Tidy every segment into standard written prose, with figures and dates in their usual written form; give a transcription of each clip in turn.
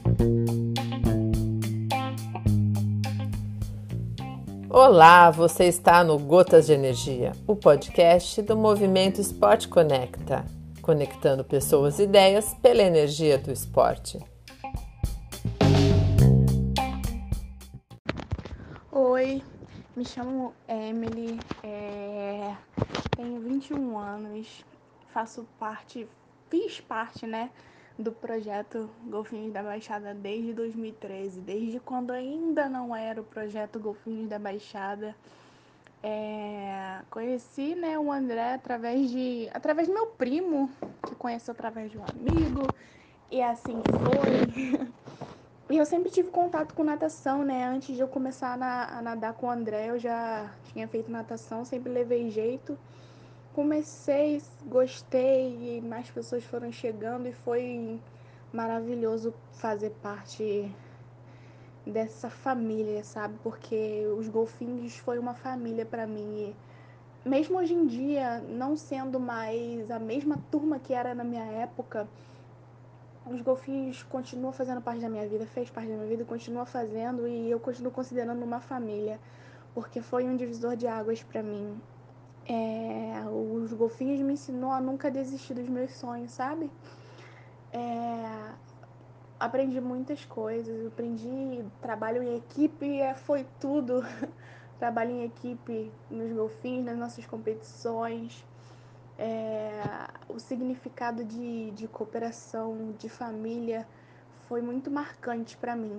Olá, você está no Gotas de Energia, o podcast do Movimento Esporte Conecta, conectando pessoas e ideias pela energia do esporte. Oi, me chamo Emily, tenho 21 anos, fiz parte, do projeto Golfinhos da Baixada desde 2013, desde quando ainda não era o projeto Golfinhos da Baixada. Conheci, o André através do meu primo, que conheceu através de um amigo, e assim foi. E eu sempre tive contato com natação, Antes de eu começar a nadar com o André, eu já tinha feito natação, sempre levei jeito. Comecei, gostei, e mais pessoas foram chegando e foi maravilhoso fazer parte dessa família, sabe? Porque os golfinhos foi uma família para mim. E mesmo hoje em dia, não sendo mais a mesma turma que era na minha época, os golfinhos continuam fazendo parte da minha vida, fez parte da minha vida, continua fazendo, e eu continuo considerando uma família, porque foi um divisor de águas para mim. Os golfinhos me ensinou a nunca desistir dos meus sonhos, sabe? Aprendi muitas coisas, aprendi trabalho em equipe, foi tudo. Trabalho em equipe nos golfinhos, nas nossas competições. O significado de cooperação, de família, foi muito marcante para mim.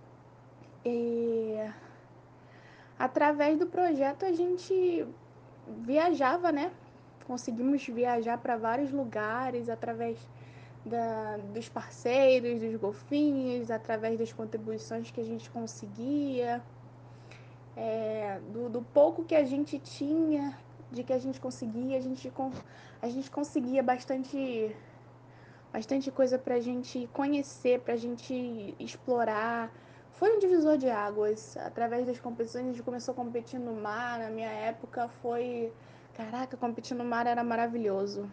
E através do projeto a gente viajava, Conseguimos viajar para vários lugares através dos parceiros, dos golfinhos, através das contribuições que a gente conseguia, do pouco que a gente tinha, de que a gente conseguia, a gente conseguia bastante coisa pra gente conhecer, pra gente explorar. Foi um divisor de águas. Através das competições, a gente começou a competir no mar. Na minha época foi... Caraca, competir no mar era maravilhoso.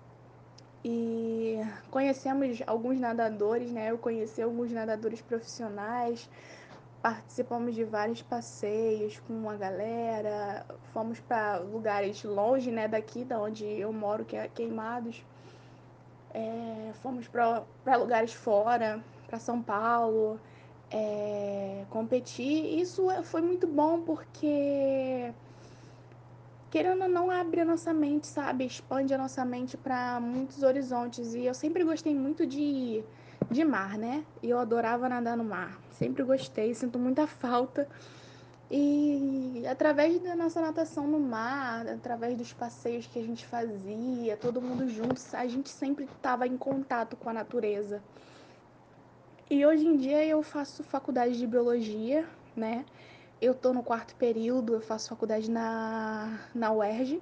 E conhecemos alguns nadadores, Eu conheci alguns nadadores profissionais. Participamos de vários passeios com a galera. Fomos para lugares longe, daqui, da onde eu moro, que é Queimados. Fomos para lugares fora, para São Paulo, competir. Isso foi muito bom porque, querendo ou não, abre a nossa mente, sabe? Expande a nossa mente para muitos horizontes. E eu sempre gostei muito de mar, E eu adorava nadar no mar. Sempre gostei, sinto muita falta. E através da nossa natação no mar, através dos passeios que a gente fazia, todo mundo junto, a gente sempre estava em contato com a natureza. E hoje em dia eu faço faculdade de biologia, Eu tô no 4º período, eu faço faculdade na UERJ.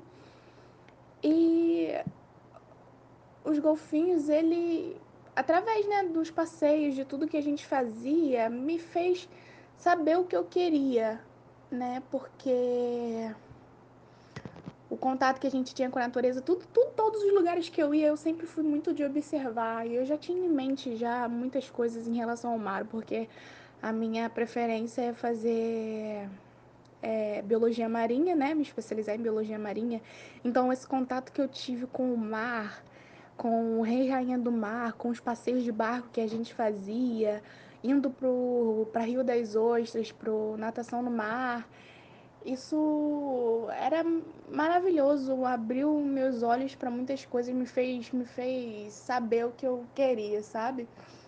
E os golfinhos, através, dos passeios, de tudo que a gente fazia, me fez saber o que eu queria, Porque o contato que a gente tinha com a natureza, todos os lugares que eu ia, eu sempre fui muito de observar. E eu já tinha em mente já muitas coisas em relação ao mar, porque a minha preferência é fazer biologia marinha, Me especializar em biologia marinha. Então, esse contato que eu tive com o mar, com o Rei e Rainha do Mar, com os passeios de barco que a gente fazia, indo para Rio das Ostras, pro natação no mar, isso era maravilhoso, abriu meus olhos para muitas coisas, me fez saber o que eu queria, sabe?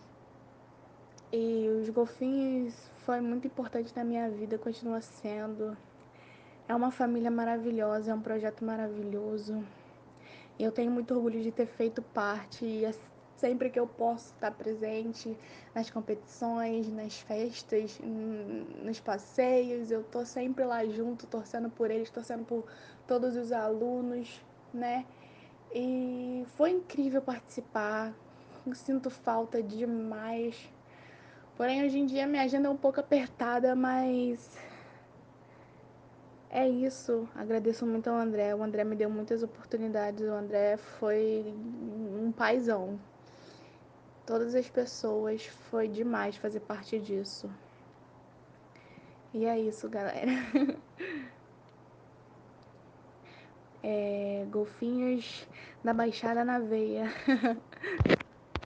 E os golfinhos foi muito importante na minha vida, continua sendo. É uma família maravilhosa, é um projeto maravilhoso. E eu tenho muito orgulho de ter feito parte, e sempre que eu posso estar presente nas competições, nas festas, nos passeios, eu tô sempre lá junto, torcendo por eles, torcendo por todos os alunos, E foi incrível participar, sinto falta demais. Porém, hoje em dia minha agenda é um pouco apertada, mas é isso. Agradeço muito ao André. O André me deu muitas oportunidades. O André foi um paizão. todas as pessoas. Foi demais fazer parte disso. E é isso, galera. Golfinhos da Baixada na veia.